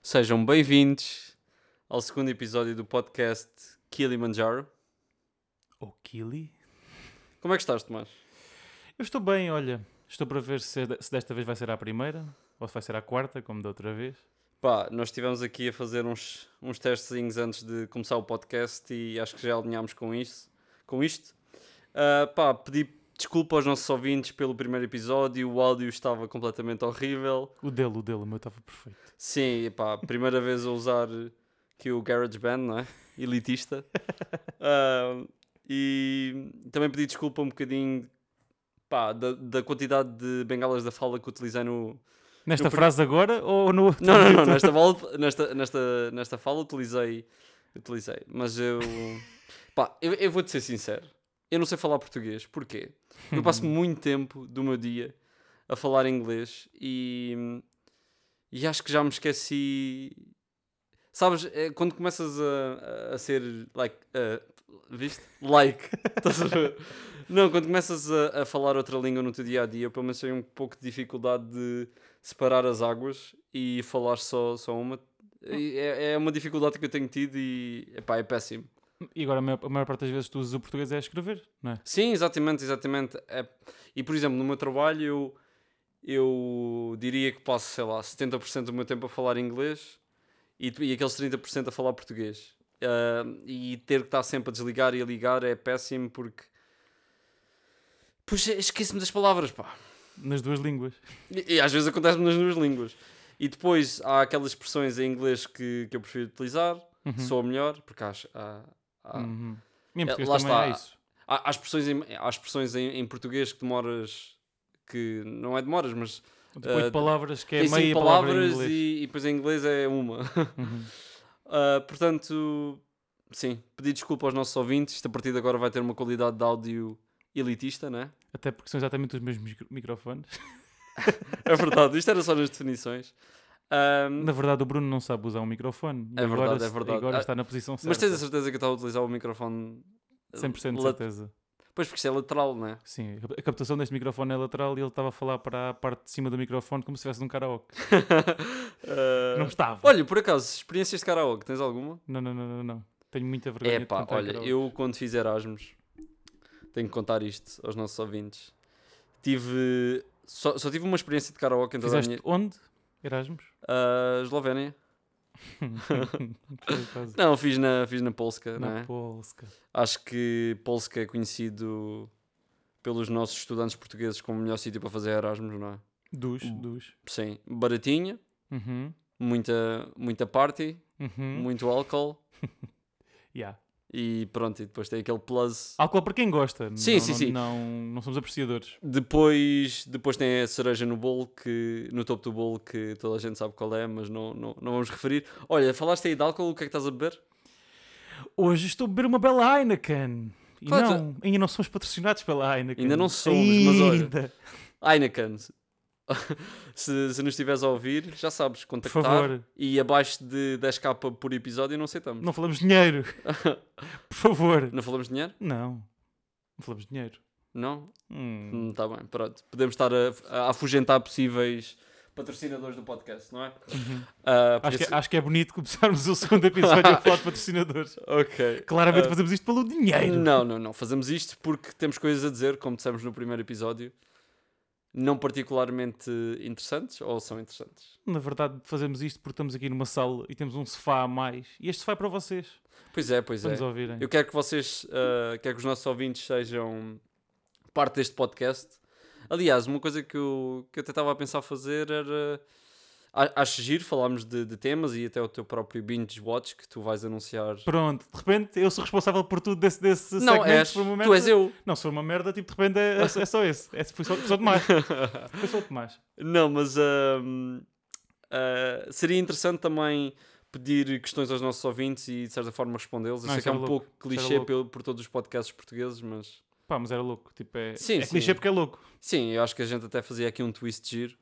Sejam bem-vindos ao segundo episódio do podcast Kilimanjaro. Ou Kili? Como é que estás, Tomás? Eu estou bem, olha. Estou para ver se desta vez vai ser a primeira ou se vai ser a quarta, como da outra vez. Pá, nós estivemos aqui a fazer uns testezinhos antes de começar o podcast e acho que já alinhámos com isto. Pedi desculpa aos nossos ouvintes pelo primeiro episódio, o áudio estava completamente horrível. O meu estava perfeito. Sim, pá, primeira vez a usar aqui o GarageBand, não é? Elitista. E também pedi desculpa um bocadinho, pá, da quantidade de bengalas da fala que utilizei no... Nesta frase agora ou no outro? Não, nesta fala utilizei. Mas eu vou-te ser sincero. Eu não sei falar português. Porquê? Eu passo muito tempo do meu dia a falar inglês e acho que já me esqueci. Sabes, quando começas a ser viste? Estás a ver? Não, quando começas a falar outra língua no teu dia-a-dia, eu pelo menos tenho um pouco de dificuldade de separar as águas e falar só uma. É uma dificuldade que eu tenho tido e epá, é péssimo. E agora a maior parte das vezes tu usas o português é escrever, não é? Sim, exatamente. E por exemplo, no meu trabalho eu diria que passo, sei lá, 70% do meu tempo a falar inglês e aqueles 30% a falar português. E ter que estar sempre a desligar e a ligar é péssimo porque... Puxa, esqueço-me das palavras, pá. Nas duas línguas. E às vezes acontece-me nas duas línguas. E depois há aquelas expressões em inglês que eu prefiro utilizar, que sou melhor, porque há E em português lá também está. é isso. Há expressões em português que demoras, que não é demoras, mas Depois de palavras que é tem 5 meia palavra em palavras inglês. e depois em inglês é uma. Portanto, sim, pedi desculpa aos nossos ouvintes. Isto a partir de agora vai ter uma qualidade de áudio elitista, não é? Até porque são exatamente os mesmos microfones. É verdade, isto era só nas definições. Na verdade, o Bruno não sabe usar um microfone. E É verdade, é verdade. Agora está na posição certa. Mas tens a certeza que eu estava a utilizar o microfone 100% de certeza. Pois, porque isto é lateral, não é? Sim, a captação deste microfone é lateral e ele estava a falar para a parte de cima do microfone como se estivesse num karaoke. Não estava. Olha, por acaso, experiências de karaoke, tens alguma? Não. Tenho muita vergonha de cantar Olha, karaoke. eu quando fiz Erasmus, tenho que contar isto aos nossos ouvintes. Só tive uma experiência de karaoke em toda Fizeste onde? Erasmus? Eslovénia. Foi quase. Não, fiz na Polska, não Na é? Polska. Acho que Polska é conhecido pelos nossos estudantes portugueses como o melhor sítio para fazer Erasmus, não é? Dos. Sim, baratinha, Uhum. muita party, Uhum. muito álcool Yeah. e pronto, e depois tem aquele plus. Álcool para quem gosta. Sim. Não somos apreciadores. Depois tem a cereja no bolo, no topo do bolo, que toda a gente sabe qual é, mas não vamos referir. Olha, falaste aí de álcool, o que é que estás a beber? Hoje estou a beber uma bela Heineken. E Claro, ainda não somos patrocinados pela Heineken. Ainda não somos, mas olha, Heineken, se nos estiveres a ouvir, já sabes, Por contactar. favor. E abaixo de 10k por episódio não aceitamos. Não falamos de dinheiro. Por favor. Não falamos de dinheiro? Não falamos de dinheiro. Não? Tá bem, pronto. Podemos estar a afugentar possíveis patrocinadores do podcast, não é? Acho que é bonito começarmos o segundo episódio a falar de patrocinadores. Ok. Claramente fazemos isto pelo dinheiro. Não. Fazemos isto porque temos coisas a dizer, como dissemos no primeiro episódio. Não particularmente interessantes, ou são interessantes? Na verdade, fazemos isto porque estamos aqui numa sala e temos um sofá a mais. E este sofá é para vocês. Pois é. Para nos ouvirem. Eu quero que vocês, quero que os nossos ouvintes sejam parte deste podcast. Aliás, uma coisa que eu até estava a pensar fazer era... Acho giro, falámos de temas e até o teu próprio binge watch que tu vais anunciar. Pronto, de repente eu sou responsável por tudo desse Não, segmento. Se for uma merda, tu és eu. Não, se for uma merda, tipo, de repente é só esse. Foi só Tomás. Foi só Tomás. Não, mas seria interessante também pedir questões aos nossos ouvintes e de certa forma respondê-los. Eu sei que é um pouco clichê por todos os podcasts portugueses, mas... Pá, mas era louco. Tipo, Sim. clichê porque é louco. Sim, eu acho que a gente até fazia aqui um twist giro.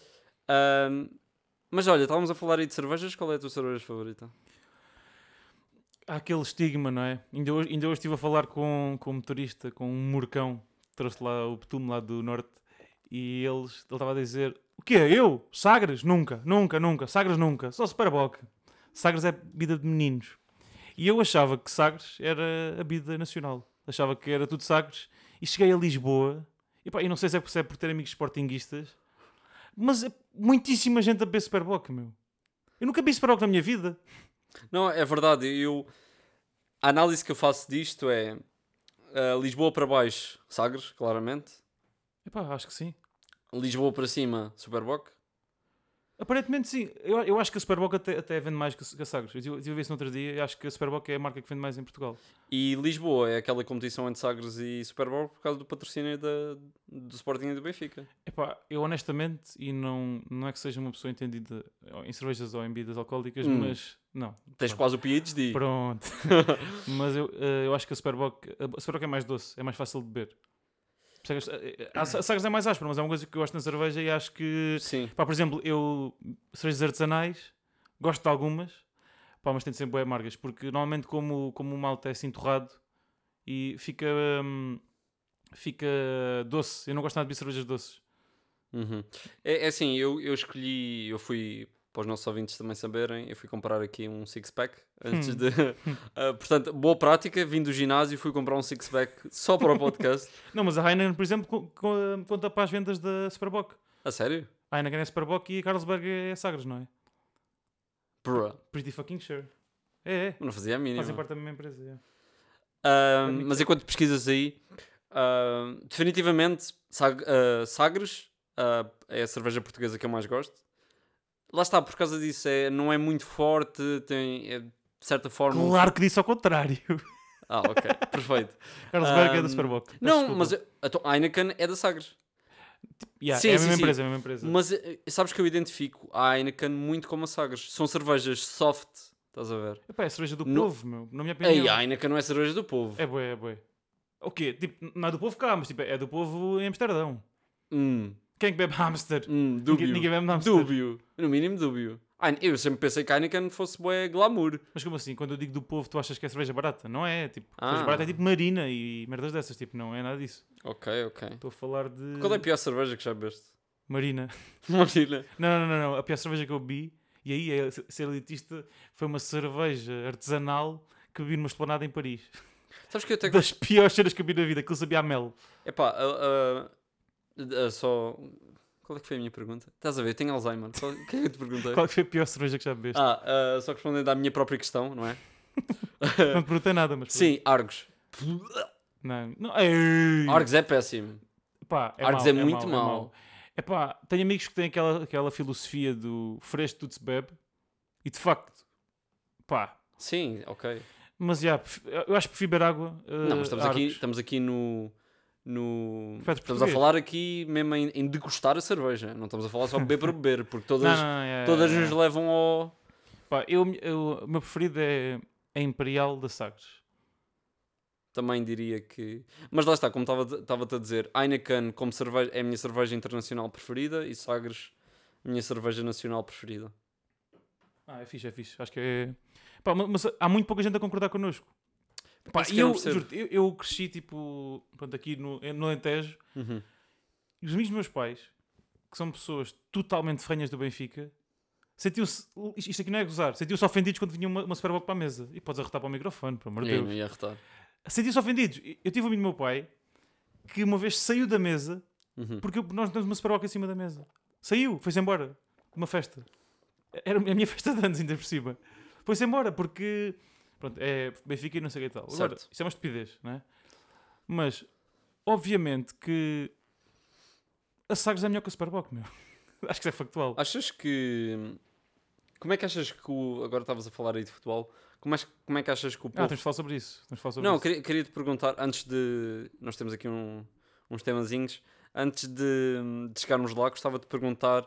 Mas olha, estávamos a falar aí de cervejas. Qual é a tua cerveja favorita? Há aquele estigma, não é? Ainda hoje estive a falar com um motorista, com um murcão, trouxe lá o betume lá do norte e ele estava a dizer: o quê? Eu? Sagres? Nunca, nunca, nunca. Sagres nunca. Só Superboc. Sagres é bebida de meninos. E eu achava que Sagres era a bebida nacional. Achava que era tudo Sagres. E cheguei a Lisboa. E pá, eu não sei se é por ter amigos sportinguistas, mas é muitíssima gente a beber Superboc, meu. Eu nunca bebi Superboc na minha vida. Não, é verdade. A análise que eu faço disto é Lisboa para baixo, Sagres, claramente. Epá, acho que sim. Lisboa para cima, Superboc. Aparentemente sim. Eu acho que a Superboc até vende mais que a Sagres. Eu tive a ver isso no outro dia e acho que a Superboc é a marca que vende mais em Portugal. E Lisboa é aquela competição entre Sagres e Superboc por causa do patrocínio do Sporting e do Benfica. Epá, eu honestamente, e não é que seja uma pessoa entendida em cervejas ou em bebidas alcoólicas, Hum. mas não. Tens Pronto. quase o PhD. Pronto. Mas eu acho que a Superboc é mais doce, é mais fácil de beber. A Sagres é mais áspera, mas é uma coisa que eu gosto na cerveja e acho que, Sim. pá, por exemplo, cervejas artesanais, gosto de algumas, pá, mas tento sempre bué amargas, porque normalmente como o malte é assim torrado e fica doce. Eu não gosto nada de beber cervejas doces. Uhum. É assim, eu escolhi, eu fui, para os nossos ouvintes também saberem, eu fui comprar aqui um six-pack antes de. Portanto, boa prática, vim do ginásio, fui comprar um six-pack só para o podcast. Não, mas a Heineken, por exemplo, conta para as vendas da Superboc. A sério? A Heineken é Superboc e a Carlsberg é Sagres, não é? Bruh. Pretty fucking sure. É. Não fazia a mínima. Fazem parte da mesma empresa, é. Mas enquanto pesquisas aí, definitivamente Sagres é a cerveja portuguesa que eu mais gosto. Lá está, por causa disso, não é muito forte, de certa forma. Claro que disse ao contrário. Ok, perfeito. Carlsberg é da Superboc. Peço Não, desculpa. mas a Heineken é da Sagres. Yeah, Sim, é a sim, mesma sim. empresa, é a mesma empresa. Mas sabes que eu identifico a Heineken muito como a Sagres. São cervejas soft, estás a ver? Epá, é a cerveja do No- povo, meu. Na minha Ei, opinião. a Heineken não é cerveja do povo. É bué, é bué. O quê? Tipo, não é do povo cá, mas tipo, é do povo em Amsterdão. Quem é que bebe hamster? Dúbio. Ninguém bebe hamster. Dúbio. No mínimo dúbio. Eu sempre pensei que a Heineken fosse bué glamour. Mas como assim? Quando eu digo do povo, tu achas que é cerveja barata? Não é, tipo, Ah. cerveja barata é tipo Marina e merdas dessas, tipo, não é nada disso. Ok, ok. Estou a falar de... Qual é a pior cerveja que já bebeste? Marina. Marina. Não. A pior cerveja que eu bebi, e aí é ser elitista, foi uma cerveja artesanal que bebi numa esplanada em Paris. Sabes que eu até Das piores cenas que eu bebi na vida, aquilo sabia a mel. Epá, só... Qual é que foi a minha pergunta? Estás a ver? Eu tenho Alzheimer. O que é que eu te perguntei? Qual que foi a pior cerveja que já bebeste? Só respondendo à minha própria questão, não é? Não te perguntei nada, mas... Sim, Argos. Não. Ei! Argos é péssimo. Pá, Argos mau, é muito mau. mau. Epá, tenho amigos que têm aquela filosofia do fresco tudo se bebe e de facto, pá, Sim, ok. mas já, eu acho que prefiro beber água. Não, mas estamos aqui no... Feto Estamos a português. falar aqui mesmo em degustar a cerveja. Não estamos a falar só beber para beber, porque todas, Não, todas nos levam ao... Pá, o meu preferido é a Imperial da Sagres. Também diria que... Mas lá está, como estava-te a dizer, Heineken como cerveja é a minha cerveja internacional preferida e Sagres a minha cerveja nacional preferida. É fixe. Acho que é... Pá, mas há muito pouca gente a concordar connosco. Pá, Isso e que eu eu, não percebo. juro-te, eu cresci, tipo, pronto, aqui no Alentejo, Uhum. e os amigos dos meus pais, que são pessoas totalmente ferrenhas do Benfica, sentiam-se, isto aqui não é gozar, sentiam-se ofendidos quando vinha uma Superboc para a mesa. E podes arrotar para o microfone, pelo amor de Eu Deus. não ia arrotar. Sentiam-se ofendidos. Eu tive um amigo do meu pai que uma vez saiu da mesa Uhum. porque nós temos uma Superboc em cima da mesa. Saiu, foi-se embora. De uma festa. Era a minha festa de anos, ainda por cima. Foi-se embora porque... Pronto, é Benfica e não sei o que e tal. Agora, Certo. isto é uma estupidez, não é? Mas, obviamente que a Sagres é melhor que a Superboc, meu. Acho que isso é factual. Achas que... Como é que achas que o... Agora estavas a falar aí de futebol. Como é que achas que o povo... Temos de falar sobre isso. Não, queria-te perguntar, antes de... Nós temos aqui uns temazinhos. Antes de chegarmos lá, gostava de perguntar...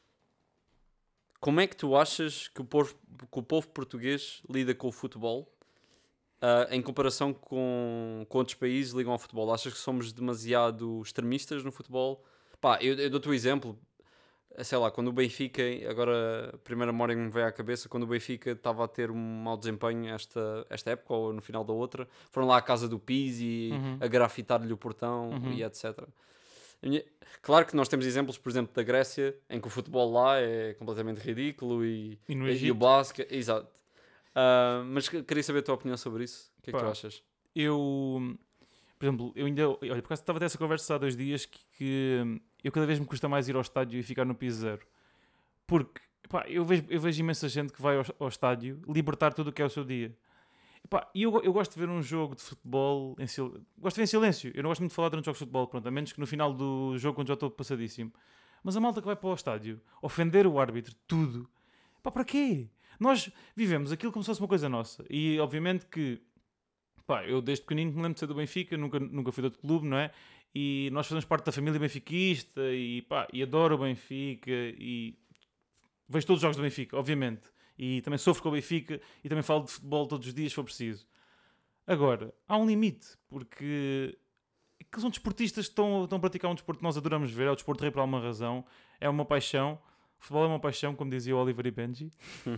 Como é que tu achas que o povo português lida com o futebol em comparação com outros países que ligam ao futebol? Achas que somos demasiado extremistas no futebol? Pá, eu dou-te o exemplo. Sei lá, quando o Benfica, agora a primeira memória que me veio à cabeça, quando o Benfica estava a ter um mau desempenho esta época ou no final da outra, foram lá à casa do Pizzi Uhum. a grafitar-lhe o portão Uhum. e etc. Claro que nós temos exemplos, por exemplo, da Grécia, em que o futebol lá é completamente ridículo e no o Egito, basquete, exato. Mas queria saber a tua opinião sobre isso. O que é que tu pá, achas? por exemplo, eu ainda, olha, por acaso estava a ter essa conversa há 2 dias que eu cada vez me custa mais ir ao estádio e ficar no piso zero. Porque, pá, eu vejo imensa gente que vai ao estádio libertar tudo o que é o seu dia. Epá, e eu gosto de ver um jogo de futebol gosto de ver em silêncio. Eu não gosto muito de falar durante jogos de futebol, pronto, a menos que no final do jogo, quando já estou passadíssimo. Mas a malta que vai para o estádio ofender o árbitro, tudo, pá, para quê? Nós vivemos aquilo como se fosse uma coisa nossa. E obviamente que, pá, eu desde pequenino me lembro de ser do Benfica, nunca fui de outro clube, não é? E nós fazemos parte da família benfiquista e, pá, e adoro o Benfica e vejo todos os jogos do Benfica, obviamente. E também sofro com o Benfica e também falo de futebol todos os dias, se for preciso. Agora, há um limite, porque aqueles são desportistas que estão a praticar um desporto que nós adoramos ver, é o desporto rei por alguma razão, é uma paixão. O futebol é uma paixão, como dizia o Oliver e Benji.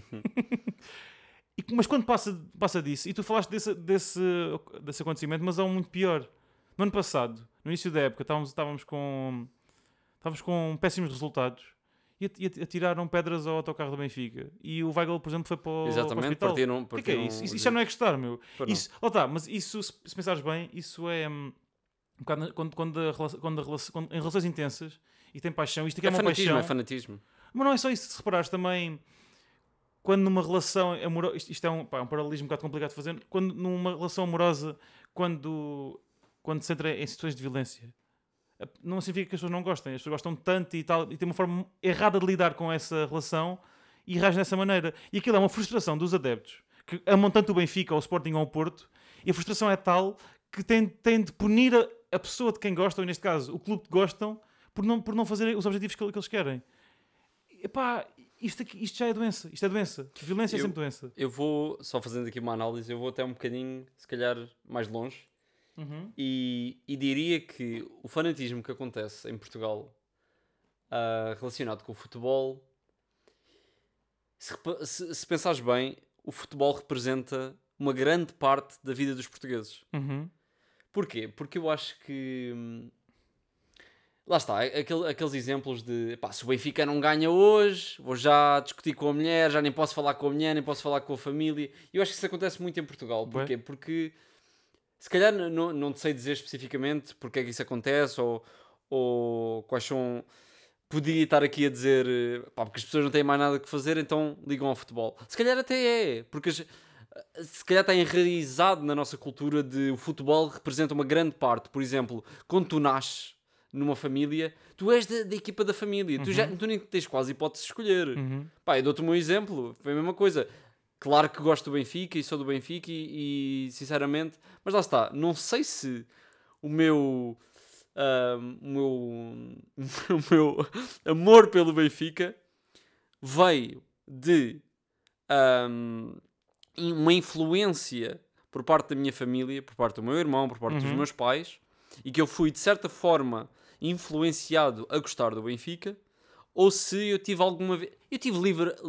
Mas quando passa disso, e tu falaste desse acontecimento, mas há um muito pior. No ano passado, no início da época, estávamos com péssimos resultados e atiraram pedras ao autocarro do Benfica. E o Weigl, por exemplo, foi para o Exatamente, hospital. partiram, O que é isso? Isso já não é gostar, meu. Pois não. Isso, lá está, mas isso, se pensares bem, isso é um bocado em relações intensas e tem paixão. Isto aqui é uma fanatismo, paixão. é fanatismo. Mas não é só isso, se reparares também, quando numa relação amorosa, isto é um paralelismo um bocado complicado de fazer, quando numa relação amorosa, quando se entra em situações de violência, não significa que as pessoas não gostem, as pessoas gostam tanto e tal, e tem uma forma errada de lidar com essa relação e reagem dessa maneira. E aquilo é uma frustração dos adeptos, que amam tanto o Benfica, ou o Sporting ou o Porto, e a frustração é tal que tem de punir a pessoa de quem gostam, e neste caso o clube que gostam, por não fazer os objetivos que eles querem. Epá, isto já é doença. Isto é doença. Violência é sempre doença. Eu vou, só fazendo aqui uma análise, eu vou até um bocadinho, se calhar, mais longe. E diria que o fanatismo que acontece em Portugal relacionado com o futebol, se pensares bem, o futebol representa uma grande parte da vida dos portugueses. Porquê? Porque eu acho que... lá está, aqueles exemplos de pá, se o Benfica não ganha hoje, vou já discutir com a mulher, já nem posso falar com a mulher, nem posso falar com a família. E eu acho que isso acontece muito em Portugal. Porquê? Porque se calhar não te sei dizer especificamente porque é que isso acontece ou quais são. Podia estar aqui a dizer pá, porque as pessoas não têm mais nada que fazer, então ligam ao futebol. Se calhar até é, porque se calhar está enraizado na nossa cultura de o futebol representa uma grande parte. Por exemplo, quando tu nasces numa família, tu és da equipa da família, tu nem tens quase hipótese de escolher. Pá, eu dou-te o meu exemplo, foi a mesma coisa. Claro que gosto do Benfica e sou do Benfica e sinceramente, mas lá está, não sei se o meu o meu amor pelo Benfica veio de uma influência por parte da minha família, por parte do meu irmão, por parte dos meus pais, e que eu fui de certa forma influenciado a gostar do Benfica, ou se eu tive alguma vez... Eu tive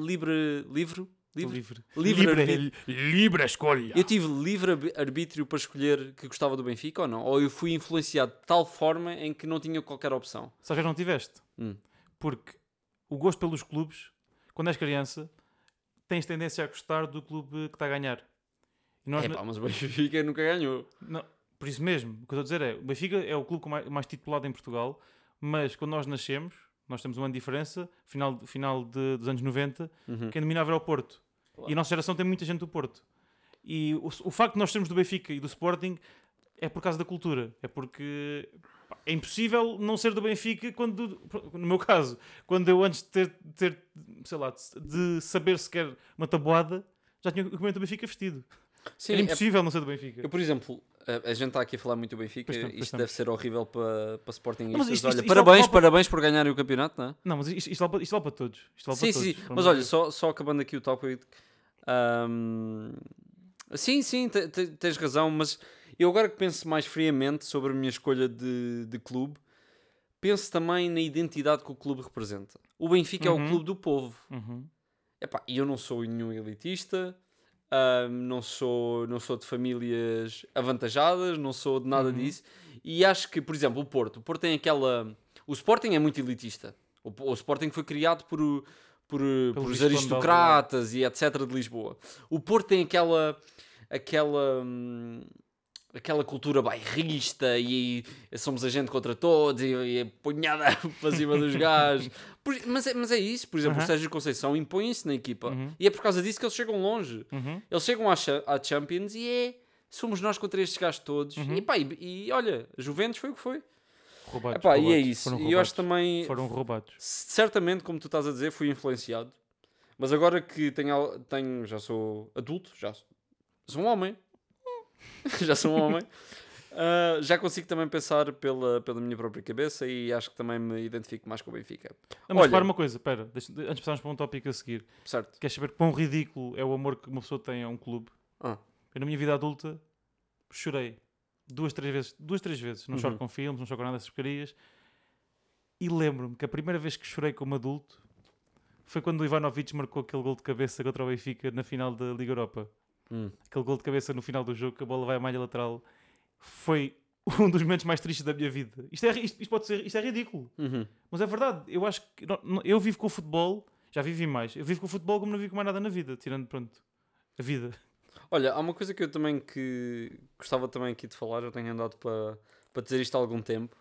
livre escolha. Eu tive livre arbítrio para escolher que gostava do Benfica ou não? Ou eu fui influenciado de tal forma em que não tinha qualquer opção? Sabes que não tiveste? Porque o gosto pelos clubes, quando és criança, tens tendência a gostar do clube que está a ganhar. E nós mas o Benfica nunca ganhou. Não, por isso mesmo, o que eu estou a dizer é, o Benfica é o clube mais titulado em Portugal, mas quando nós nascemos, nós temos um ano de diferença, final dos anos 90, quem dominava era o Porto. Claro. E a nossa geração tem muita gente do Porto. E o facto de nós sermos do Benfica e do Sporting é por causa da cultura. É porque é impossível não ser do Benfica quando, no meu caso, quando eu antes de ter sei lá, de saber sequer uma tabuada, já tinha o documento do Benfica vestido. Sim, era impossível não ser do Benfica. Eu, por exemplo, a gente está aqui a falar muito do Benfica, isto deve ser horrível para Sporting. Isto parabéns por ganharem o campeonato, não é? Não, mas isto vale para todos. Sim, mas olha, só acabando aqui o tópico. Sim, tens razão, mas eu agora que penso mais friamente sobre a minha escolha de clube, penso também na identidade que o clube representa. O Benfica é o clube do povo. E eu não sou nenhum elitista. não sou de famílias avantajadas, não sou de nada disso. E acho que, por exemplo, o Porto tem aquela... O Sporting é muito elitista. O Sporting foi criado por os Visconde aristocratas e etc. de Lisboa. O Porto tem aquela cultura bairrista e somos a gente contra todos e punhada para cima dos gajos. Mas é isso, por exemplo, o Sérgio Conceição impõe-se na equipa e é por causa disso que eles chegam longe. Eles chegam à Champions e somos nós contra estes gajos todos. E olha, a Juventus foi o que foi. Roubados, E é isso. E eu acho também... Foram roubados. Certamente, como tu estás a dizer, fui influenciado. Mas agora que já sou adulto, já sou um homem. Já sou um homem. Já consigo também pensar pela minha própria cabeça e acho que também me identifico mais com o Benfica. Não, mas repara uma coisa, espera, antes de passarmos para um tópico a seguir. Certo. Queres saber quão ridículo é o amor que uma pessoa tem a um clube? Eu na minha vida adulta chorei duas, três vezes. Não choro com filmes, não choro com nada dessas porcarias. E lembro-me que a primeira vez que chorei como adulto foi quando o Ivanovic marcou aquele gol de cabeça contra o Benfica na final da Liga Europa. Aquele gol de cabeça no final do jogo, que a bola vai à malha lateral. Foi um dos momentos mais tristes da minha vida. Isto é ridículo. Mas é verdade. Eu acho que eu vivo com o futebol, já vivi mais. Eu vivo com o futebol como não vivo com mais nada na vida, tirando, pronto, a vida. Olha, há uma coisa que eu também gostava também aqui de falar, eu tenho andado para dizer isto há algum tempo.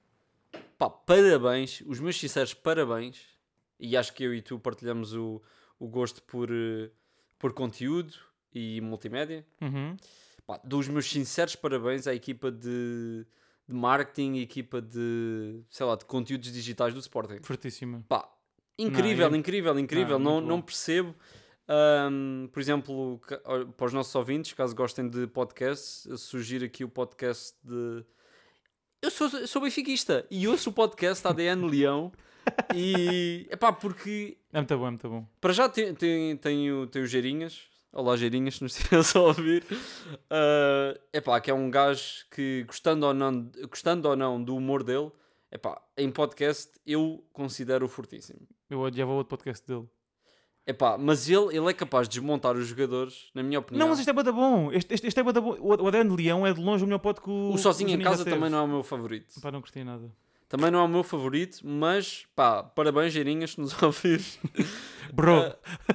Parabéns, os meus sinceros parabéns, e acho que eu e tu partilhamos o gosto por conteúdo e multimédia. Dos meus sinceros parabéns à equipa de marketing e equipa de conteúdos digitais do Sporting. Fortíssima. Incrível. Não percebo. Por exemplo, para os nossos ouvintes, caso gostem de podcasts, eu sugiro aqui o podcast de... Eu sou benfiquista e ouço o podcast ADN Leão e... porque... É muito bom, é muito bom. Para já tenho o Geirinhas. Olá, Geirinhas, se nos estiveres a ouvir. Que é um gajo que, gostando ou não do humor dele, em podcast eu considero fortíssimo. Eu odiava o outro podcast dele. Mas ele é capaz de desmontar os jogadores, na minha opinião. Não, mas isto é bué da bom. Este é bué da bom. O ADN de Leão é de longe o melhor podcast que o Sozinho em Casa também não é o meu favorito. Não gostei nada. Também não é o meu favorito, mas parabéns, Geirinhas, se nos ouvires. Bro.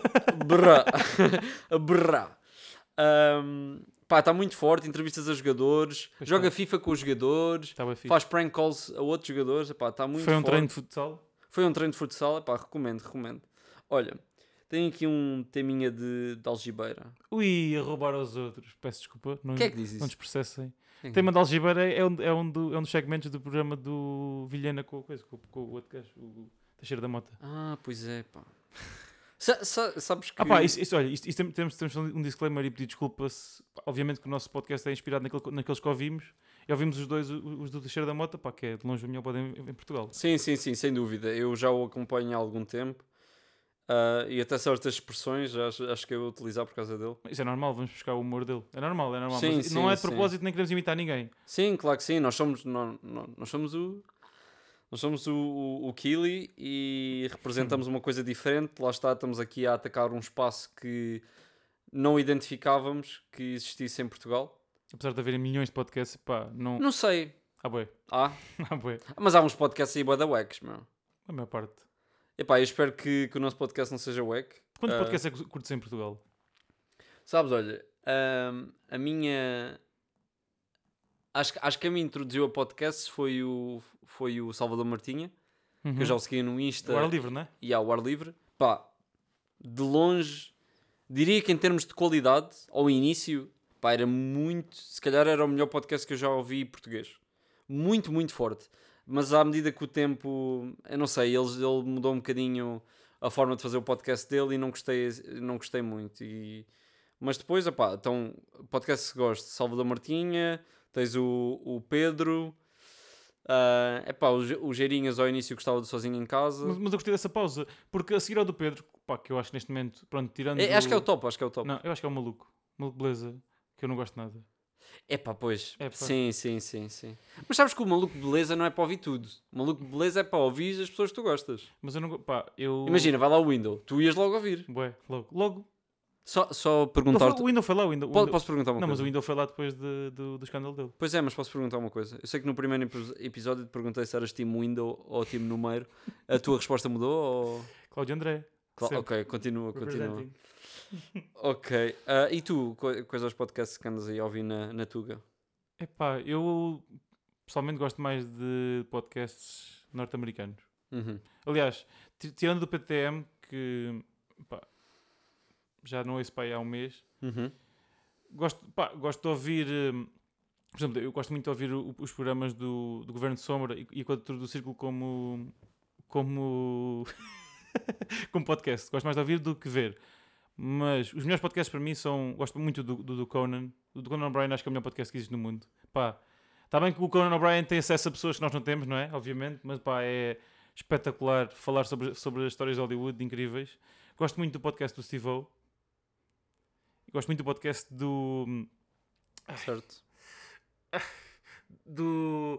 Brá. Está muito forte, entrevistas a jogadores, joga FIFA com os jogadores, faz prank calls a outros jogadores. Está muito Foi um forte. treino de futsal? Foi um treino de futsal, recomendo. Olha, tenho aqui um teminha de algibeira. Ui, a roubar aos outros. Peço desculpa. Quem é que diz isso? Não nos processem. O tema de algibeira é um dos segmentos do programa do Vilhena com o outro gajo, o Teixeira da Mota. Pois é, pá. Sabes que... Isto temos um disclaimer e pedir desculpa. Obviamente que o nosso podcast é inspirado naqueles que ouvimos. E ouvimos os dois, os do Teixeira da Mota, que é de longe o melhor pod em Portugal. Sim, sem dúvida. Eu já o acompanho há algum tempo. E até certas expressões acho que eu vou utilizar por causa dele. Isso é normal, vamos buscar o humor dele. É normal. Sim, mas não é de propósito, nem queremos imitar ninguém. Sim, claro que sim. Nós somos o Kili e representamos uma coisa diferente. Lá está, estamos aqui a atacar um espaço que não identificávamos que existisse em Portugal. Apesar de haverem milhões de podcasts, não sei. Bué. Bué. Mas há uns podcasts aí bué da wack, meu. A maior parte. Eu espero que o nosso podcast não seja wack. Quantos podcasts é que curtes em Portugal? Sabes, olha, a minha... Acho que a me introduziu a podcasts foi o Salvador Martinha, que eu já o seguia no Insta. O Ar Livre, não é? E ao Ar Livre. De longe, diria que em termos de qualidade, ao início, era muito... Se calhar era o melhor podcast que eu já ouvi em português. Muito, muito forte. Mas à medida que o tempo... Eu não sei, ele mudou um bocadinho a forma de fazer o podcast dele e não gostei muito. Mas depois, então, podcast que gosto, Salvador Martinha, tens o Pedro... o Geirinhas ao início gostava de Sozinho em Casa. Mas eu gostei dessa pausa, porque a seguir ao do Pedro, que eu acho que neste momento, pronto, tirando... Acho que é o top. Não, eu acho que é o Maluco Beleza, que eu não gosto nada. Pois. Sim. Mas sabes que o Maluco Beleza não é para ouvir tudo. O Maluco Beleza é para ouvir as pessoas que tu gostas. Mas eu não... Imagina, vai lá o Window. Tu ias logo ouvir. Logo. Só perguntar-te. O Window foi lá. Posso perguntar uma Não, mas coisa? o Window foi lá depois do escândalo dele. Pois é, mas posso perguntar uma coisa. Eu sei que no primeiro episódio te perguntei se eras time Window ou time Número. A tua resposta mudou ou... Cláudio André. Sempre. Ok, continua. Representing. Ok. E tu, quais aos podcasts que andas aí a ouvir na Tuga? Epá, eu pessoalmente gosto mais de podcasts norte-americanos. Uhum. Aliás, tirando do PTM, que pá, já não ouço para aí há um mês, Uhum. gosto de ouvir, por exemplo, eu gosto muito de ouvir os programas do Governo de Sombra e a Quadratura do Círculo como como podcast. Gosto mais de ouvir do que ver. Mas os melhores podcasts para mim são... Gosto muito do Conan. O do Conan O'Brien acho que é o melhor podcast que existe no mundo. Pá, está bem que o Conan O'Brien tem acesso a pessoas que nós não temos, não é? Obviamente. Mas pá, é espetacular falar sobre as histórias de Hollywood incríveis. Gosto muito do podcast do Steve-O. Gosto muito do podcast Certo. do...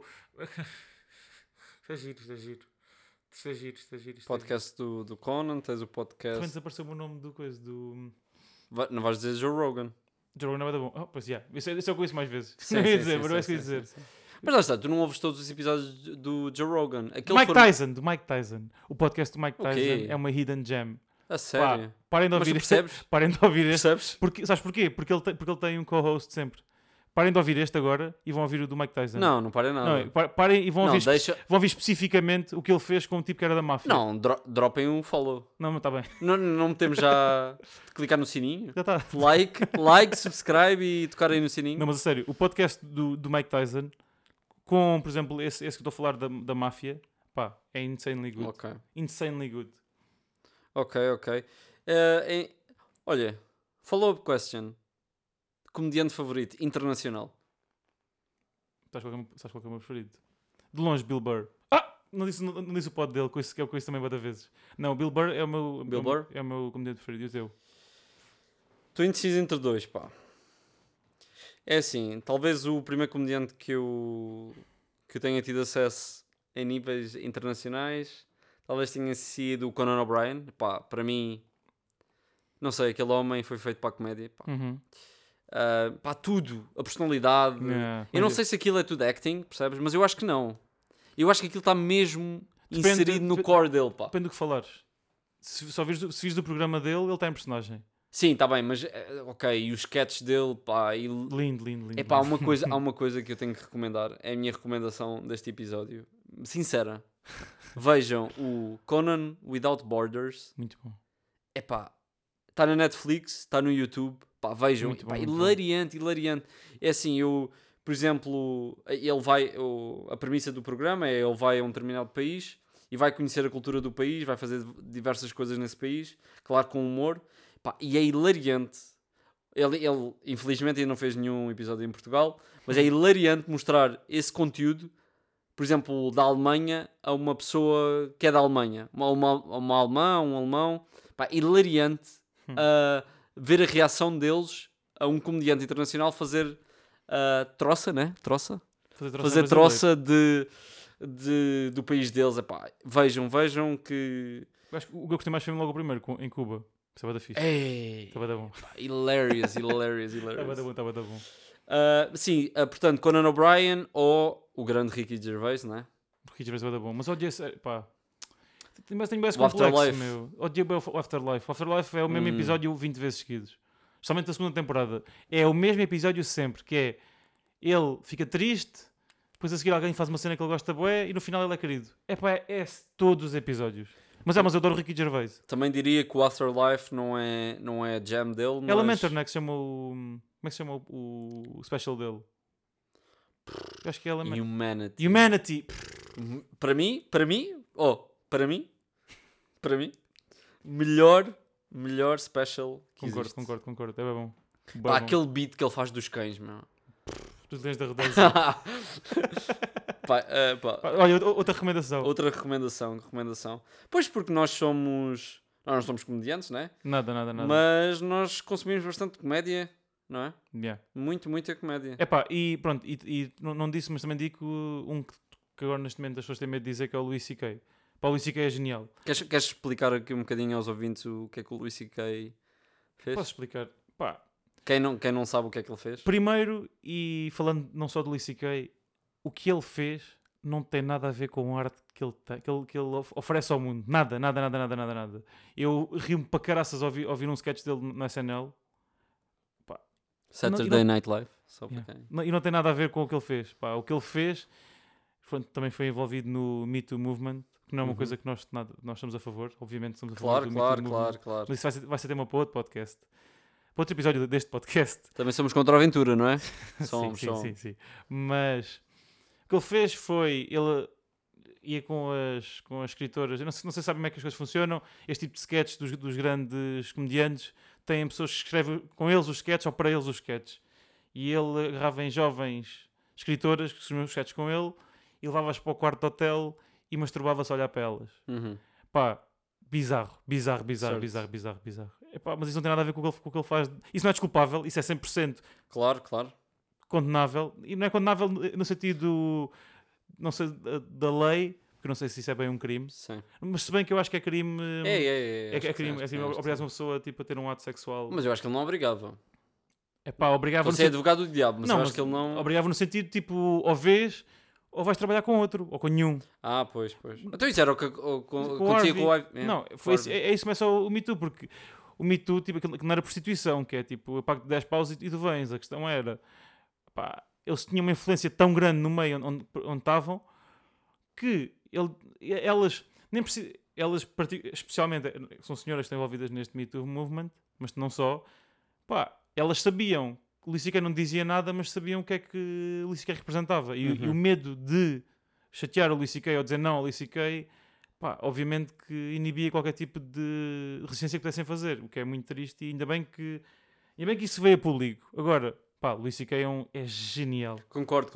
Está giro. Está giro. Podcast do Conan, tens o Também podcast... desapareceu o nome do coisa, do... Não vais dizer Joe Rogan. Joe Rogan não é da bom. Oh, pois, yeah. Isso é o que eu ouço mais vezes. Sim, Não ia sim, dizer, sim, mas não é isso sim, que eu ia dizer. sim. Mas lá está, tu não ouves todos os episódios do Joe Rogan. Do Mike Tyson. O podcast do Mike Tyson Ok. é uma hidden gem. A sério? Parem de Mas tu ouvir percebes? Parem de ouvir este. Percebes? Sabes porquê? Porque ele tem um co-host sempre. Parem de ouvir este agora e vão ouvir o do Mike Tyson. Não para nada. Não, parem e vão Não, ouvir, deixa... vão ouvir especificamente o que ele fez com o tipo que era da máfia. Não, dropem um follow. Não, mas está bem. Não metemos já de clicar no sininho? Já está. Like, subscribe e tocar aí no sininho? Não, mas a sério, o podcast do Mike Tyson, com, por exemplo, esse que estou a falar da máfia, pá, é insanely good. Ok. Insanely good. Ok. Olha, follow-up question. Comediante favorito, internacional. Sabes qual que é o meu preferido? De longe, Bill Burr. Não disse o pod dele, com isso também várias vezes. Não, o Bill Burr é o meu... Bill Burr? É o meu comediante preferido, e o teu? Estou indeciso entre dois, pá. É assim, talvez o primeiro comediante que eu tenha tido acesso em níveis internacionais, talvez tenha sido o Conan O'Brien. Pá, para mim, não sei, aquele homem foi feito para a comédia. Pá. Uhum. Pá, tudo, a personalidade. Yeah. Eu não sei se aquilo é tudo acting, percebes? Mas eu acho que não. Eu acho que aquilo está mesmo Depende- inserido no core dele, pá. Depende do que falares. Se vires do programa dele, ele está em personagem. Sim, está bem, mas ok, e os sketches dele, pá, Lindo. é pá, há uma coisa que eu tenho que recomendar, é a minha recomendação deste episódio, sincera. Vejam o Conan Without Borders, Muito bom. é pá, está na Netflix, está no YouTube, pá, vejam, Muito pá, bom, muito hilariante. É assim, por exemplo, a premissa do programa é ele vai a um determinado país e vai conhecer a cultura do país, vai fazer diversas coisas nesse país, claro, com humor. Pá, e é hilariante. Ele infelizmente ainda não fez nenhum episódio em Portugal, mas é hilariante mostrar esse conteúdo, por exemplo, da Alemanha a uma pessoa que é da Alemanha, uma alemã, um alemão. Pá, hilariante ver a reação deles a um comediante internacional fazer troça, né? Troça? Fazer troça do país deles. Epá, vejam que... Acho que o que eu gostei mais foi logo o primeiro, em Cuba. Estava da fixe. Ei, Estava da bom. hilarious. Estava da bom. Sim, portanto, Conan O'Brien ou o grande Ricky Gervais, né? O Ricky Gervais estava da bom. Mas odiei, pá... Mas tenho bem esse O complexo, Afterlife. meu. Odiei bem o Afterlife. O Afterlife é o mesmo episódio 20 vezes seguidos. Somente a segunda temporada. É o mesmo episódio sempre, que é... Ele fica triste, depois a seguir alguém faz uma cena que ele gosta bué e no final ele é querido. É todos os episódios. Mas eu adoro o Ricky Gervais. Também diria que o Afterlife não é a jam dele, mas... Elementor, não é que se chama o... Como é que se chama o special dele? Eu acho que é Elementor. Humanity. Para mim, melhor special que existe. Concordo. É bem bom. Pá, aquele beat que ele faz dos cães, meu. Dos Leões da Rodésia. Pá. Olha, outra recomendação. Outra recomendação. Pois porque nós não somos comediantes, né? Nada. Mas nós consumimos bastante comédia, não é? Yeah. Muita comédia. Epá, e pronto, e não disse, mas também digo que agora neste momento as pessoas têm medo de dizer que é o Louis C.K. Pá, o Louis C.K. é genial. Queres explicar aqui um bocadinho aos ouvintes o que é que o Louis C.K. Fez? Posso explicar? Pá, Quem não sabe o que é que ele fez? primeiro, e falando não só do Louis C.K., o que ele fez não tem nada a ver com a arte que ele, que ele oferece ao mundo. Nada. Eu rio-me para caraças ao ouvir um sketch dele no SNL. Pá, Saturday Night Live. Só para quem... e não tem nada a ver com o que ele fez. Pá, o que ele fez também foi envolvido no Me Too Movement, que não é uma coisa que nós estamos a favor. Obviamente estamos a favor do Me Too Movement. Claro. Mas isso vai ser tema para outro podcast. Para outro episódio deste podcast. Também somos contra a aventura, não é? Sim. Mas o que ele fez foi... Ele ia com as escritoras... Eu não sei se sabem como é que as coisas funcionam. Este tipo de sketches dos grandes comediantes têm pessoas que escrevem com eles os sketches ou para eles os sketches. E ele agarrava em jovens escritoras que escreviam os sketches com ele e levava-as para o quarto de hotel e masturbava-se a olhar para elas. Pá, bizarro. Epá, mas isso não tem nada a ver com o que ele faz. Isso não é desculpável, isso é 100% Claro. condenável. E não é condenável no sentido, não sei, da lei, porque eu não sei se isso é bem um crime. Sim. Mas se bem que eu acho que é crime... É crime. É obrigar uma pessoa tipo, a ter um ato sexual. Mas eu acho que ele não obrigava. Epá, obrigava... Você é advogado do diabo, mas eu acho que ele não... Obrigava no sentido, tipo, ou vês, ou vais trabalhar com outro, ou com nenhum. Ah, pois. Então isso era o que acontecia com o Harvey. Não, é isso, mas é só o Me Too, porque o Me Too, tipo, aquilo que não era prostituição, que é tipo, eu pago 10 paus e tu vens. A questão era, pá, eles tinham uma influência tão grande no meio onde estavam, que elas, nem precisam, especialmente, são senhoras que estão envolvidas neste Me Too Movement, mas não só, pá, elas sabiam que o Louis C.K. não dizia nada, mas sabiam o que é que o Louis C.K. representava. E o medo de chatear o Louis C.K. ou dizer não ao Louis C.K., pá, obviamente que inibia qualquer tipo de resistência que pudessem fazer, o que é muito triste. E ainda bem que isso veio a público. Agora, pá, o Louis C.K. é genial. Concordo.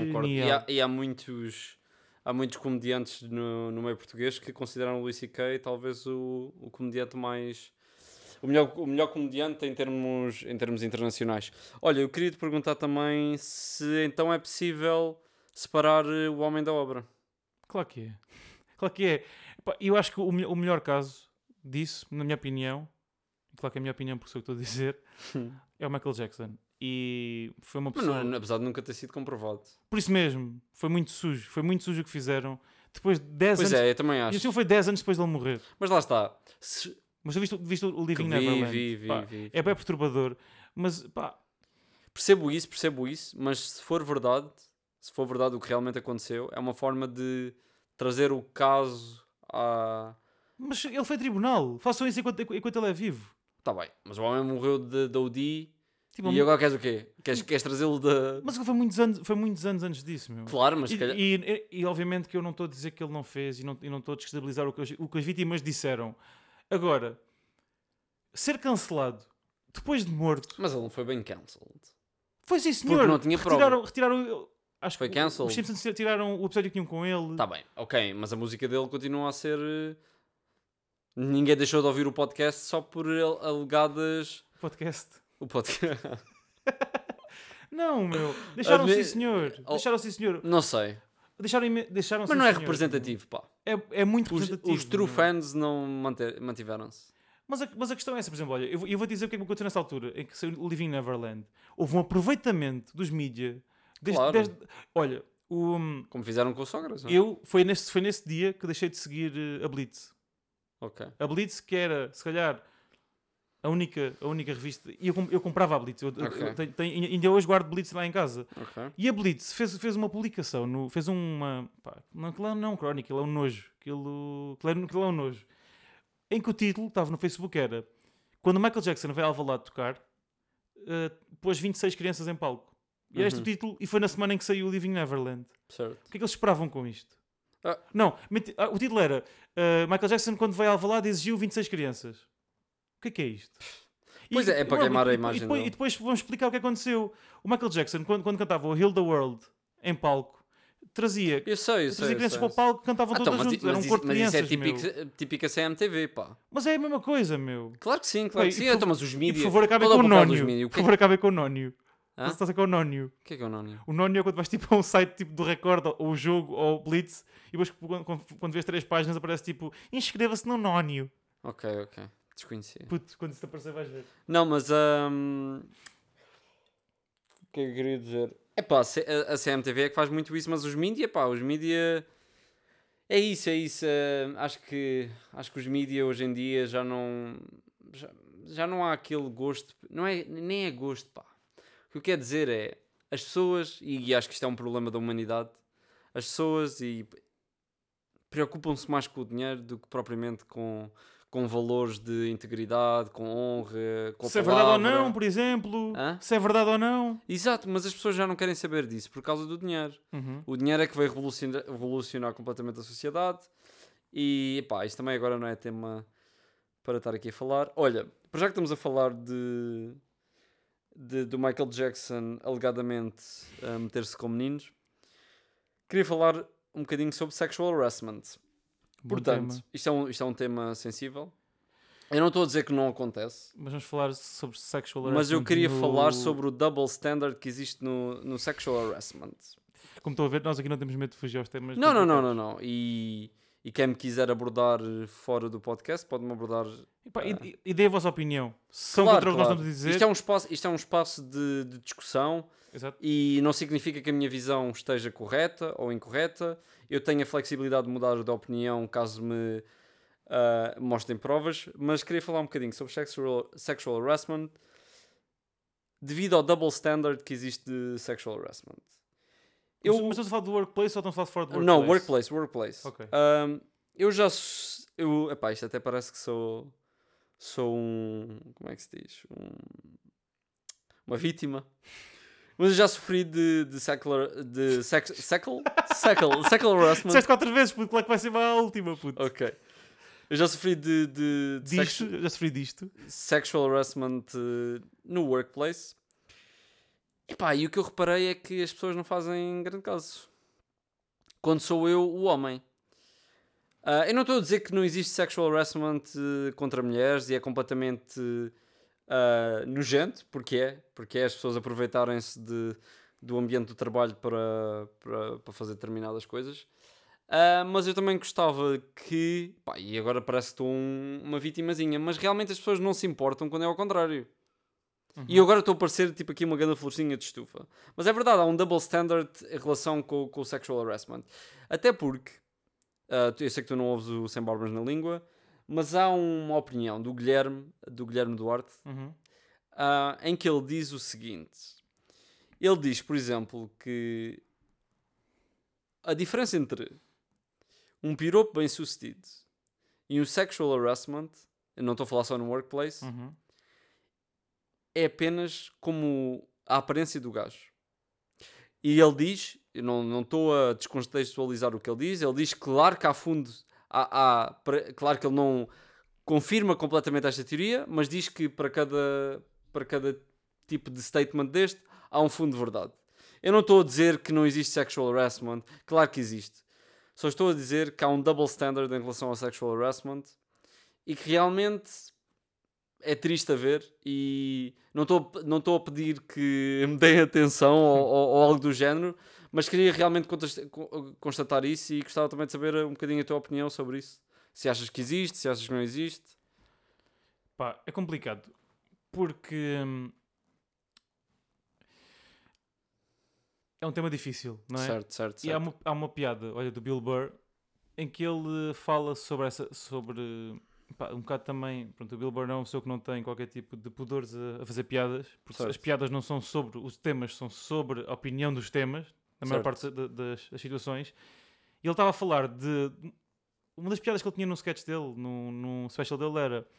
E há muitos comediantes no meio português que consideram o Louis C.K. talvez o comediante mais... O melhor comediante em termos internacionais. Olha, eu queria te perguntar também se então é possível separar o homem da obra. Claro que é. Epá, eu acho que o melhor caso disso, na minha opinião, claro que é a minha opinião porque sou o que estou a dizer, é o Michael Jackson. E foi uma pessoa... Mas apesar de nunca ter sido comprovado. Por isso mesmo, foi muito sujo o que fizeram. Depois de 10 anos... Pois é, eu também acho. E assim foi 10 anos depois dele morrer. Mas lá está. Mas tu viste o Living Neverland? Vi. É bem perturbador. Mas, pá... Percebo isso, mas se for verdade o que realmente aconteceu, é uma forma de trazer o caso a... Mas ele foi a tribunal. Façam isso enquanto ele é vivo. Tá bem, mas o homem morreu da UDI e agora queres o quê? Queres trazê-lo da... Mas foi muitos anos antes disso, meu. Claro, mas... E obviamente que eu não estou a dizer que ele não fez e não estou a desestabilizar o que as vítimas disseram. Agora, ser cancelado depois de morto... Mas ele não foi bem cancelled. Foi sim, senhor. Porque não tinha prova. Retiraram acho foi que cancelled. Os Simpsons tiraram o episódio que tinham com ele. Tá bem, ok. Mas a música dele continua a ser... Ninguém deixou de ouvir o podcast só por alegadas... O podcast. Não, meu. Deixaram sim, senhor. Não sei. Deixaram mas não é representativo, pá. É muito representativo. Os true fans não mantiveram-se. Mas a questão é essa, por exemplo, olha, eu vou dizer o que é que aconteceu nessa altura, em que saiu o Living Neverland. Houve um aproveitamento dos mídia. Olha, como fizeram com o Sócrates, não? Foi nesse dia que deixei de seguir a Blitz. Ok. A Blitz, que era, se calhar, a única revista... E eu comprava a Blitz. Ainda hoje guardo Blitz lá em casa. Okay. E a Blitz fez uma publicação, fez uma... Pá, não é um crónica, ele é um nojo. Aquilo é um nojo. Em que o título, estava no Facebook, era... Quando o Michael Jackson veio a Alvalade tocar, pôs 26 crianças em palco. E era este o título, e foi na semana em que saiu o Living Neverland. Certo. O que é que eles esperavam com isto? Não, o título era Michael Jackson, quando veio a Alvalade, exigiu 26 crianças. O que é isto? Pois é para queimar a imagem dele. E depois vamos explicar o que aconteceu. O Michael Jackson, quando cantava o Heal the World em palco, trazia crianças para o palco, cantavam todas juntas. Era um corpo de crianças, mas isso é típica CMTV, pá. Mas é a mesma coisa, meu. Claro que sim, claro que sim. Então, mas os mídias... Por favor, acabem com o nónio. Por favor, acabem com o nónio. Estás a com o nónio. O que é o nónio? O nónio é quando vais tipo a um site tipo do Record ou o jogo ou o Blitz e depois quando vês 3 páginas aparece tipo inscreva-se no nónio. Ok. Desconhecia. Puto, quando isso te aparecer vais ver. Não, mas... o que é que eu queria dizer? É pá, a CMTV é que faz muito isso, mas os mídia, pá, os mídia... É isso, é isso. Acho que os mídia hoje em dia já não... Já não há aquele gosto... Não é, nem é gosto, pá. O que eu quero dizer é... As pessoas, e acho que isto é um problema da humanidade, as pessoas preocupam-se mais com o dinheiro do que propriamente com valores de integridade, com honra, com a Se é verdade ou não, palavra. por exemplo. Hã? Se é verdade ou não. Exato, mas as pessoas já não querem saber disso por causa do dinheiro. Uhum. O dinheiro é que vai revolucionar completamente a sociedade. E pá, isto também agora não é tema para estar aqui a falar. Olha, para já que estamos a falar do Michael Jackson alegadamente a meter-se com meninos, queria falar um bocadinho sobre sexual harassment. Bom Portanto, tema. isto é um tema sensível. Eu não estou a dizer que não acontece, Mas vamos falar sobre sexual mas eu harassment queria no... falar sobre o double standard que existe no sexual harassment. Como estou a ver, nós aqui não temos medo de fugir aos temas Não, não, não, complicados. não, não. E quem me quiser abordar fora do podcast pode-me abordar. E, pá, e dê a vossa opinião. Se são Claro, contra o que nós claro. estamos a dizer... Isto é um espaço de discussão Exato. e não significa que a minha visão esteja correta ou incorreta. Eu tenho a flexibilidade de mudar de opinião caso me mostrem provas, mas queria falar um bocadinho sobre sexual harassment devido ao double standard que existe de sexual harassment. Mas estamos a falar do workplace ou estamos a falar de fora do Não, workplace? workplace. Ok. Eu já... Epá, isto até parece que sou um... Como é que se diz? Uma vítima. Mas eu já sofri de sexual harassment. Disseste 4 vezes, puto, claro que vai ser a última, puto. Ok. Eu já sofri de Já sofri disto. sexual harassment no workplace. Epá, e o que eu reparei é que as pessoas não fazem grande caso. Quando sou eu o homem. Eu não estou a dizer que não existe sexual harassment contra mulheres e é completamente nojento, porque é as pessoas aproveitarem-se do ambiente do trabalho para fazer determinadas coisas. Mas eu também gostava que, pá, e agora parece que estou uma vitimazinha, mas realmente as pessoas não se importam quando é ao contrário. E eu agora estou a parecer tipo aqui uma grande florecinha de estufa. Mas é verdade, há um double standard em relação com o sexual harassment. Até porque, eu sei que tu não ouves o Sem Barbas na Língua, mas há uma opinião do Guilherme Duarte, Uhum. em que ele diz o seguinte. Ele diz, por exemplo, que a diferença entre um piropo bem sucedido e um sexual harassment, eu não estou a falar só no workplace, Uhum. é apenas como a aparência do gajo. E ele diz, eu não estou a descontextualizar o que ele diz claro que há fundo, claro que ele não confirma completamente esta teoria, mas diz que para cada tipo de statement deste, há um fundo de verdade. Eu não estou a dizer que não existe sexual harassment, claro que existe. Só estou a dizer que há um double standard em relação ao sexual harassment e que realmente é triste a ver e não estou a pedir que me deem atenção ou algo do género, mas queria realmente constatar isso e gostava também de saber um bocadinho a tua opinião sobre isso. Se achas que existe, se achas que não existe. Pá, é complicado. Porque é um tema difícil, não é? Certo. E há uma piada, olha, do Bill Burr, em que ele fala sobre pá, um bocado também, pronto, o Bill Burr não é uma pessoa que não tem qualquer tipo de pudores a fazer piadas, porque Certo. as piadas não são sobre os temas, são sobre a opinião dos temas, na maior parte das situações. E ele estava a falar de... Uma das piadas que ele tinha no sketch dele, no special dele, era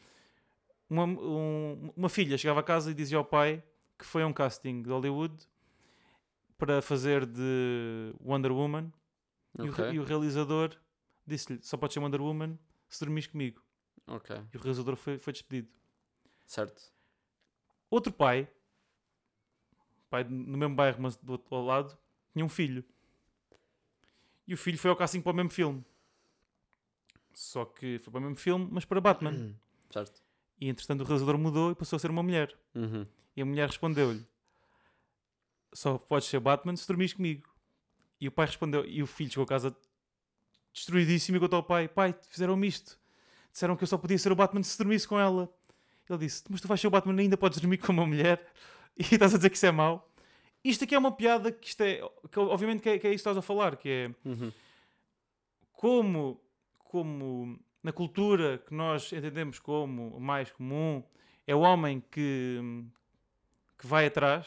uma filha chegava a casa e dizia ao pai que foi a um casting de Hollywood para fazer de Wonder Woman. Okay. E o realizador disse-lhe: só podes ser Wonder Woman se dormires comigo. Ok. E o realizador foi despedido. Certo. Outro pai no mesmo bairro, mas do outro lado, tinha um filho. E o filho foi ao casting para o mesmo filme. Só que foi para o mesmo filme, mas para Batman. Certo. E entretanto o realizador mudou e passou a ser uma mulher. Uhum. E a mulher respondeu-lhe: só podes ser Batman se dormires comigo. E o pai respondeu, e o filho chegou a casa destruidíssimo e contou ao pai: pai, fizeram-me isto. disseram que eu só podia ser o Batman se dormisse com ela. Ele disse, mas tu vais ser o Batman e ainda podes dormir com uma mulher e estás a dizer que isso é mau. Isto aqui é uma piada que isto é, que obviamente que é isso que estás a falar, que é como na cultura que nós entendemos como o mais comum é o homem que vai atrás,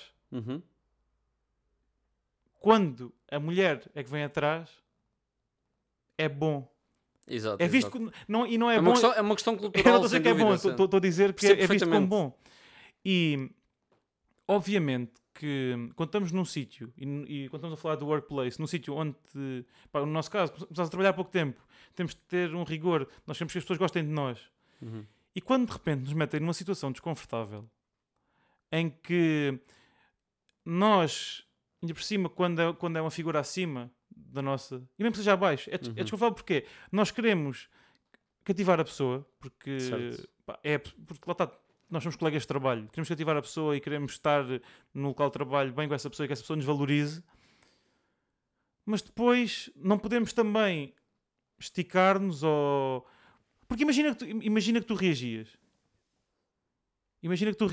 quando a mulher é que vem atrás, é bom. Exato, É visto exato. não, e não é, É bom. é uma questão Eu não cultural, estou a dizer sem que é bom, dúvida. estou a dizer que Percebo é visto como perfeitamente. bom. E obviamente que quando estamos num sítio e quando estamos a falar do workplace, num sítio onde, no nosso caso, começamos a trabalhar há pouco tempo, temos de ter um rigor, nós queremos que as pessoas gostem de nós. E quando de repente nos metem numa situação desconfortável em que nós, ainda por cima, quando é uma figura acima da nossa, e mesmo que seja abaixo, é desconfortável porque nós queremos cativar a pessoa, porque, porque lá está, nós somos colegas de trabalho, queremos cativar a pessoa e queremos estar no local de trabalho bem com essa pessoa e que essa pessoa nos valorize, mas depois não podemos também esticar-nos ou... Porque imagina que tu reagias. Imagina que tu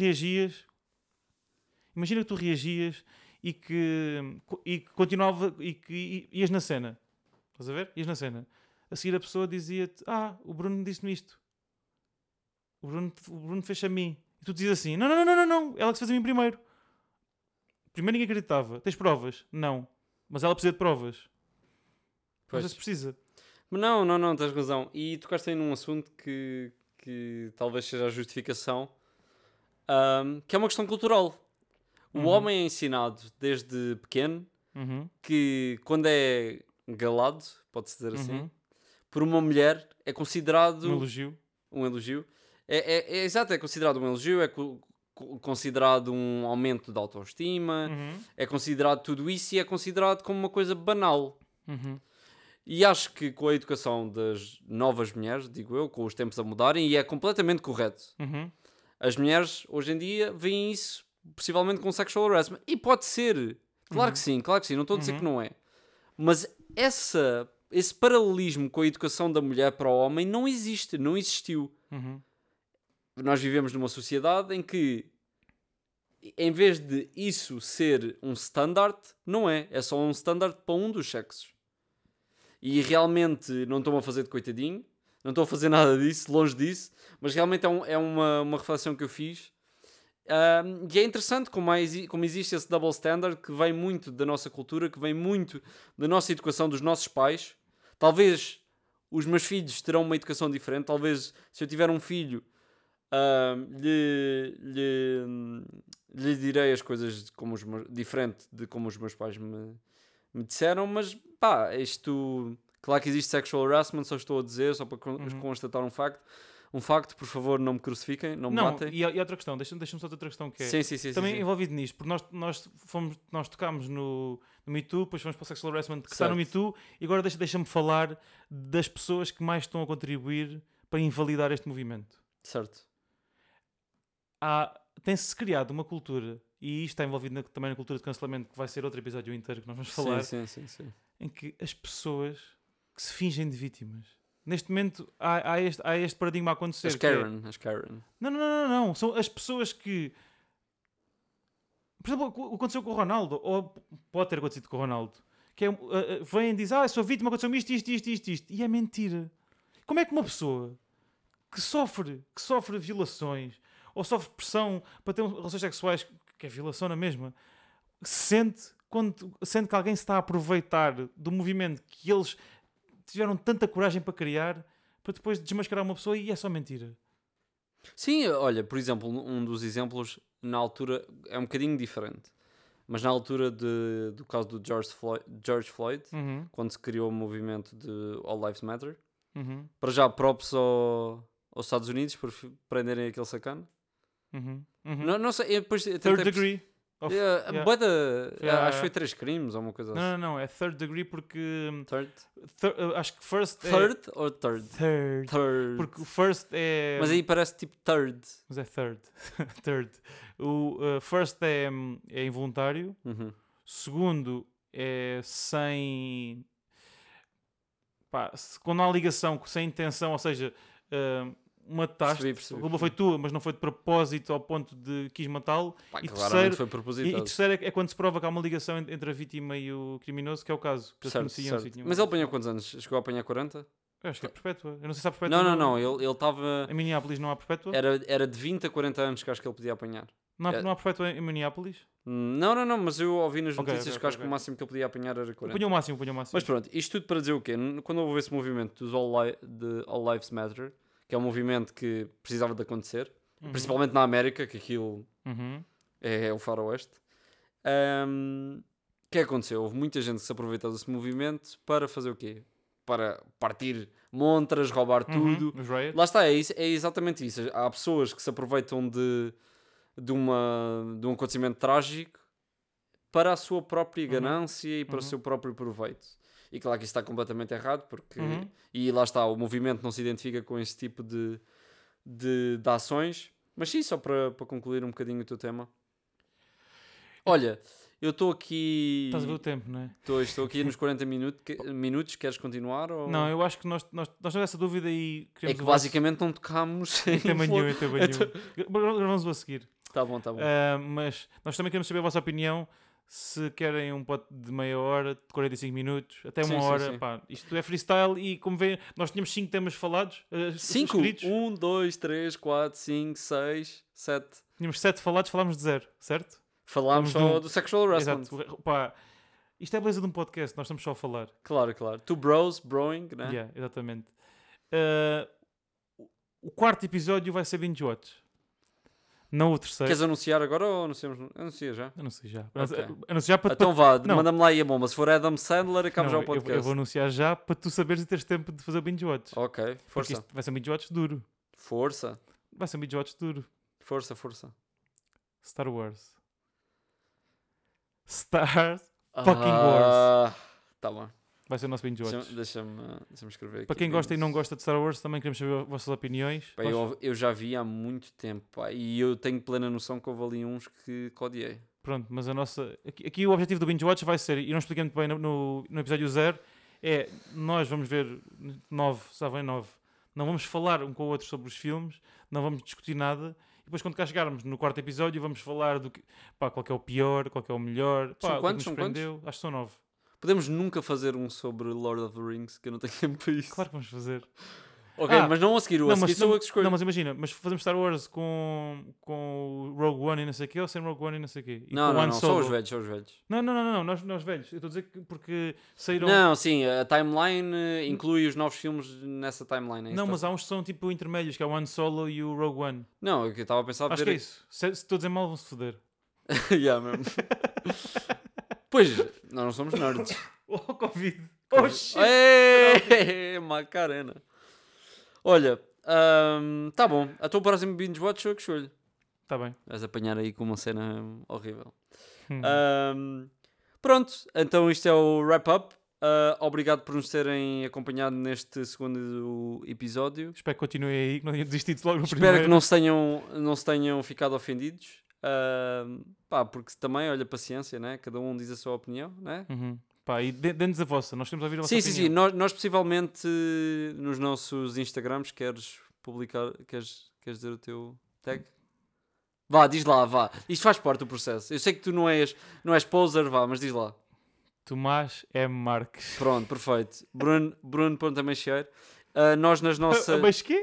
reagias e que continuava e que ias na cena. Estás a ver? Ias na cena. A seguir a pessoa dizia-te, o Bruno disse-me isto. O Bruno fez a mim. E tu dizias assim, não, ela que se fez a mim primeiro. Primeiro ninguém acreditava. Tens provas? Não. Mas ela precisa de provas. Não sei se precisa. Não, tens razão. E tocaste aí num assunto que talvez seja a justificação, que é uma questão cultural. O homem é ensinado desde pequeno que quando é galado, pode-se dizer assim, por uma mulher é considerado... Um elogio. É exato, é considerado um elogio, é considerado um aumento de autoestima, é considerado tudo isso e é considerado como uma coisa banal. E acho que com a educação das novas mulheres, digo eu, com os tempos a mudarem, e é completamente correto. As mulheres, hoje em dia, veem isso possivelmente com sexual harassment. E pode ser. Claro que sim, não estou a dizer que não é. Mas esse paralelismo com a educação da mulher para o homem não existe, não existiu. Nós vivemos numa sociedade em que, em vez de isso ser um standard, não é. É só um standard para um dos sexos. E realmente não estou-me a fazer de coitadinho, não estou a fazer nada disso, longe disso, mas realmente é uma reflexão que eu fiz. E é interessante como existe esse double standard que vem muito da nossa cultura, que vem muito da nossa educação, dos nossos pais. Talvez os meus filhos terão uma educação diferente, talvez se eu tiver um filho lhe direi as coisas diferente de como os meus pais me disseram, mas pá, isto... Claro que existe sexual harassment, só estou a dizer, só para constatar um facto. Um facto, por favor, não me crucifiquem, não me matem. E outra questão, deixa-me só outra questão que é... Sim, também envolvido nisto, porque nós tocámos no Me Too, depois fomos para o sexual harassment que está no Me Too, e agora deixa-me falar das pessoas que mais estão a contribuir para invalidar este movimento. Certo. Tem-se criado uma cultura, e isto está envolvido também na cultura de cancelamento, que vai ser outro episódio inteiro que nós vamos falar, sim. em que as pessoas que se fingem de vítimas. Neste momento há este paradigma a acontecer. As Karen. Não. São as pessoas que... Por exemplo, o que aconteceu com o Ronaldo, ou pode ter acontecido com o Ronaldo, que vêm e dizem, sou vítima, aconteceu-me isto. E é mentira. Como é que uma pessoa que sofre violações ou sofre pressão para ter relações sexuais, que é violação na mesma, sente que alguém se está a aproveitar do movimento que eles tiveram tanta coragem para criar, para depois desmascarar uma pessoa, e é só mentira. Sim, olha, por exemplo, um dos exemplos na altura é um bocadinho diferente, mas na altura do caso do George Floyd, quando se criou o movimento de All Lives Matter, para já props aos Estados Unidos por prenderem aquele sacano. Não sei, depois Third degree. Acho que foi 3 crimes ou uma coisa assim. Não, é third degree porque... acho que first third ou third? Third. Porque o first é... Mas aí parece tipo third. Mas é third. Third. O first é involuntário. Segundo é sem... quando há ligação, sem intenção, ou seja, mataste, Percebi. a culpa foi tua, mas não foi de propósito ao ponto de quis matá-lo. Pá, E claramente terceiro, foi e propositado. terceiro é quando se prova que há uma ligação entre a vítima e o criminoso, que é o caso. Que eles Certo, conheciam-se certo. e tinham Mas uma ele apanhou relação. quantos anos? Chegou a apanhar 40? Eu acho que é perpétua. Eu não sei se há perpétua. Não. Ele estava... Em Minneapolis não há perpétua? Era de 20 a 40 anos que acho que ele podia apanhar. Não há perpétua em Minneapolis? Não, mas eu ouvi nas Ok, notícias ok, que acho ok. que o máximo que ele podia apanhar era 40. Apanhou o máximo. Mas pronto, isto tudo para dizer o quê? Quando houve esse movimento dos All Lives Matter, que é um movimento que precisava de acontecer, principalmente na América, que aquilo Uhum. é o faroeste, o que aconteceu? Houve muita gente que se aproveitou desse movimento para fazer o quê? Para partir montras, roubar tudo. Os riots. Lá está, é exatamente isso. Há pessoas que se aproveitam de um acontecimento trágico para a sua própria ganância e para o seu próprio proveito. E claro que isso está completamente errado, porque... E lá está, o movimento não se identifica com esse tipo de ações. Mas sim, só para concluir um bocadinho o teu tema. Olha, eu estou aqui... Estás a ver o tempo, não é? Estou aqui nos 40 minutos. Queres continuar? Ou... Não, eu acho que nós temos essa dúvida e É queremos que o vosso- basicamente não tocámos Em tema nenhum, em tema Então- nenhum. Gravamos-o a seguir. Tá bom. Mas nós também queremos saber a vossa opinião. Se querem um pote de meia hora, de 45 minutos, até Sim, uma sim, hora, sim. pá, isto é freestyle e como vêem, nós tínhamos 5 temas falados, 5? escritos, 1, 2, 3, 4, 5, 6, 7. tínhamos 7 falados, falámos de 0, certo? Falámos Vamos só de do sexual harassment. Exato, pá, isto é a beleza de um podcast, nós estamos só a falar. Claro. Two bros, broing, né? Yeah, exatamente. O quarto episódio vai ser binge watch. Não o terceiro. Queres anunciar agora ou anunciamos? Anuncia já. Eu não sei já. Ok. Anunciar para Então vá, Não. manda-me lá aí a bomba. Se for Adam Sandler, acaba Não, já o eu podcast. vou anunciar já para tu saberes e teres tempo de fazer o binge watch. Ok, Porque força. isto vai ser um binge watch duro. Força. Vai ser um binge watch duro. Força. Star Wars. Fucking Wars. Tá bom. Vai ser o nosso binge watch. Deixa-me escrever aqui. Para quem gosta e não gosta de Star Wars, também queremos saber as vossas opiniões. Pá, eu já vi há muito tempo, pá, e eu tenho plena noção que houve ali uns que odiei. Pronto, mas a nossa... Aqui o objetivo do binge watch vai ser, e não expliquei muito bem no episódio 0, é nós vamos ver 9, sabem 9. Não vamos falar um com o outro sobre os filmes, não vamos discutir nada. E depois quando cá chegarmos no quarto episódio vamos falar do que... Pá, qual que é o pior, qual que é o melhor. Pá, São o que é que quantos? nos prendeu. Acho que são 9. Podemos nunca fazer um sobre Lord of the Rings, que eu não tenho tempo para isso. Claro que vamos fazer. Ok, Ah, mas não a seguir, a seguir sou eu que escolho. Não, mas imagina, mas fazemos Star Wars com o Rogue One e não sei o quê, ou sem Rogue One e não sei o quê? E com o Han Não, só Solo. os velhos. Não, nós velhos. Eu estou a dizer que porque saíram... Não, sim, a timeline inclui os novos filmes nessa timeline. É Não, isso, mas há uns que são tipo intermédios, que é o Han Solo e o Rogue One. Não, eu estava a pensar... Acho que é isso. Se estou a dizer mal, vão-se foder. Yeah, mesmo. Pois, nós não somos nerds. Oh, Covid. Oh, shit. Ei, Macarena. Olha, tá bom. A tua próxima binge watch sou eu que escolho. Tá bem. Vais apanhar aí com uma cena horrível. Hum. Pronto, então isto é o wrap-up. Obrigado por nos terem acompanhado neste segundo episódio. Espero que continuem aí, que não tenham desistido logo no Espero primeiro. que não se tenham ficado ofendidos. Porque também, olha, paciência, né? Cada um diz a sua opinião, né? Uhum. Pá, e dê-nos a vossa. Nós temos a ouvir a vossa Sim. opinião. Nós possivelmente nos nossos Instagrams queres publicar, queres dizer o teu tag? Vá, diz lá, vá. Isto faz parte do processo. Eu sei que tu não és poser, vá, mas diz lá. Tomás M. Marques. Pronto, perfeito. Bruno.ameixeiro. Nós nas nossas... Mas quê?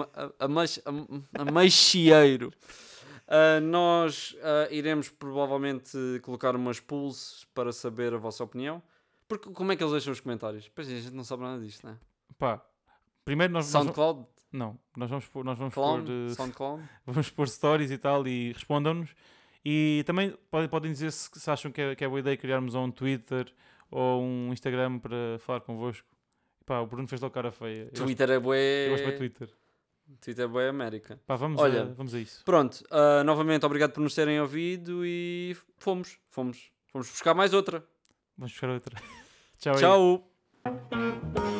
Ameixeiro. Nós iremos provavelmente colocar umas polls para saber a vossa opinião. Porque como é que eles deixam os comentários? Pois a gente não sabe nada disto, né? Pá, primeiro nós... SoundCloud? Não, nós vamos pôr... Clown? SoundCloud? Vamos pôr stories e tal e respondam-nos. E também podem dizer se acham que é boa ideia criarmos um Twitter ou um Instagram para falar convosco. Pá, o Bruno fez logo cara feia. Twitter é bué... Eu gosto de Twitter. Twitter é bué América. Pá, vamos a isso. Pronto, novamente obrigado por nos terem ouvido e fomos buscar mais outra. Vamos buscar outra. Tchau. aí. Tchau!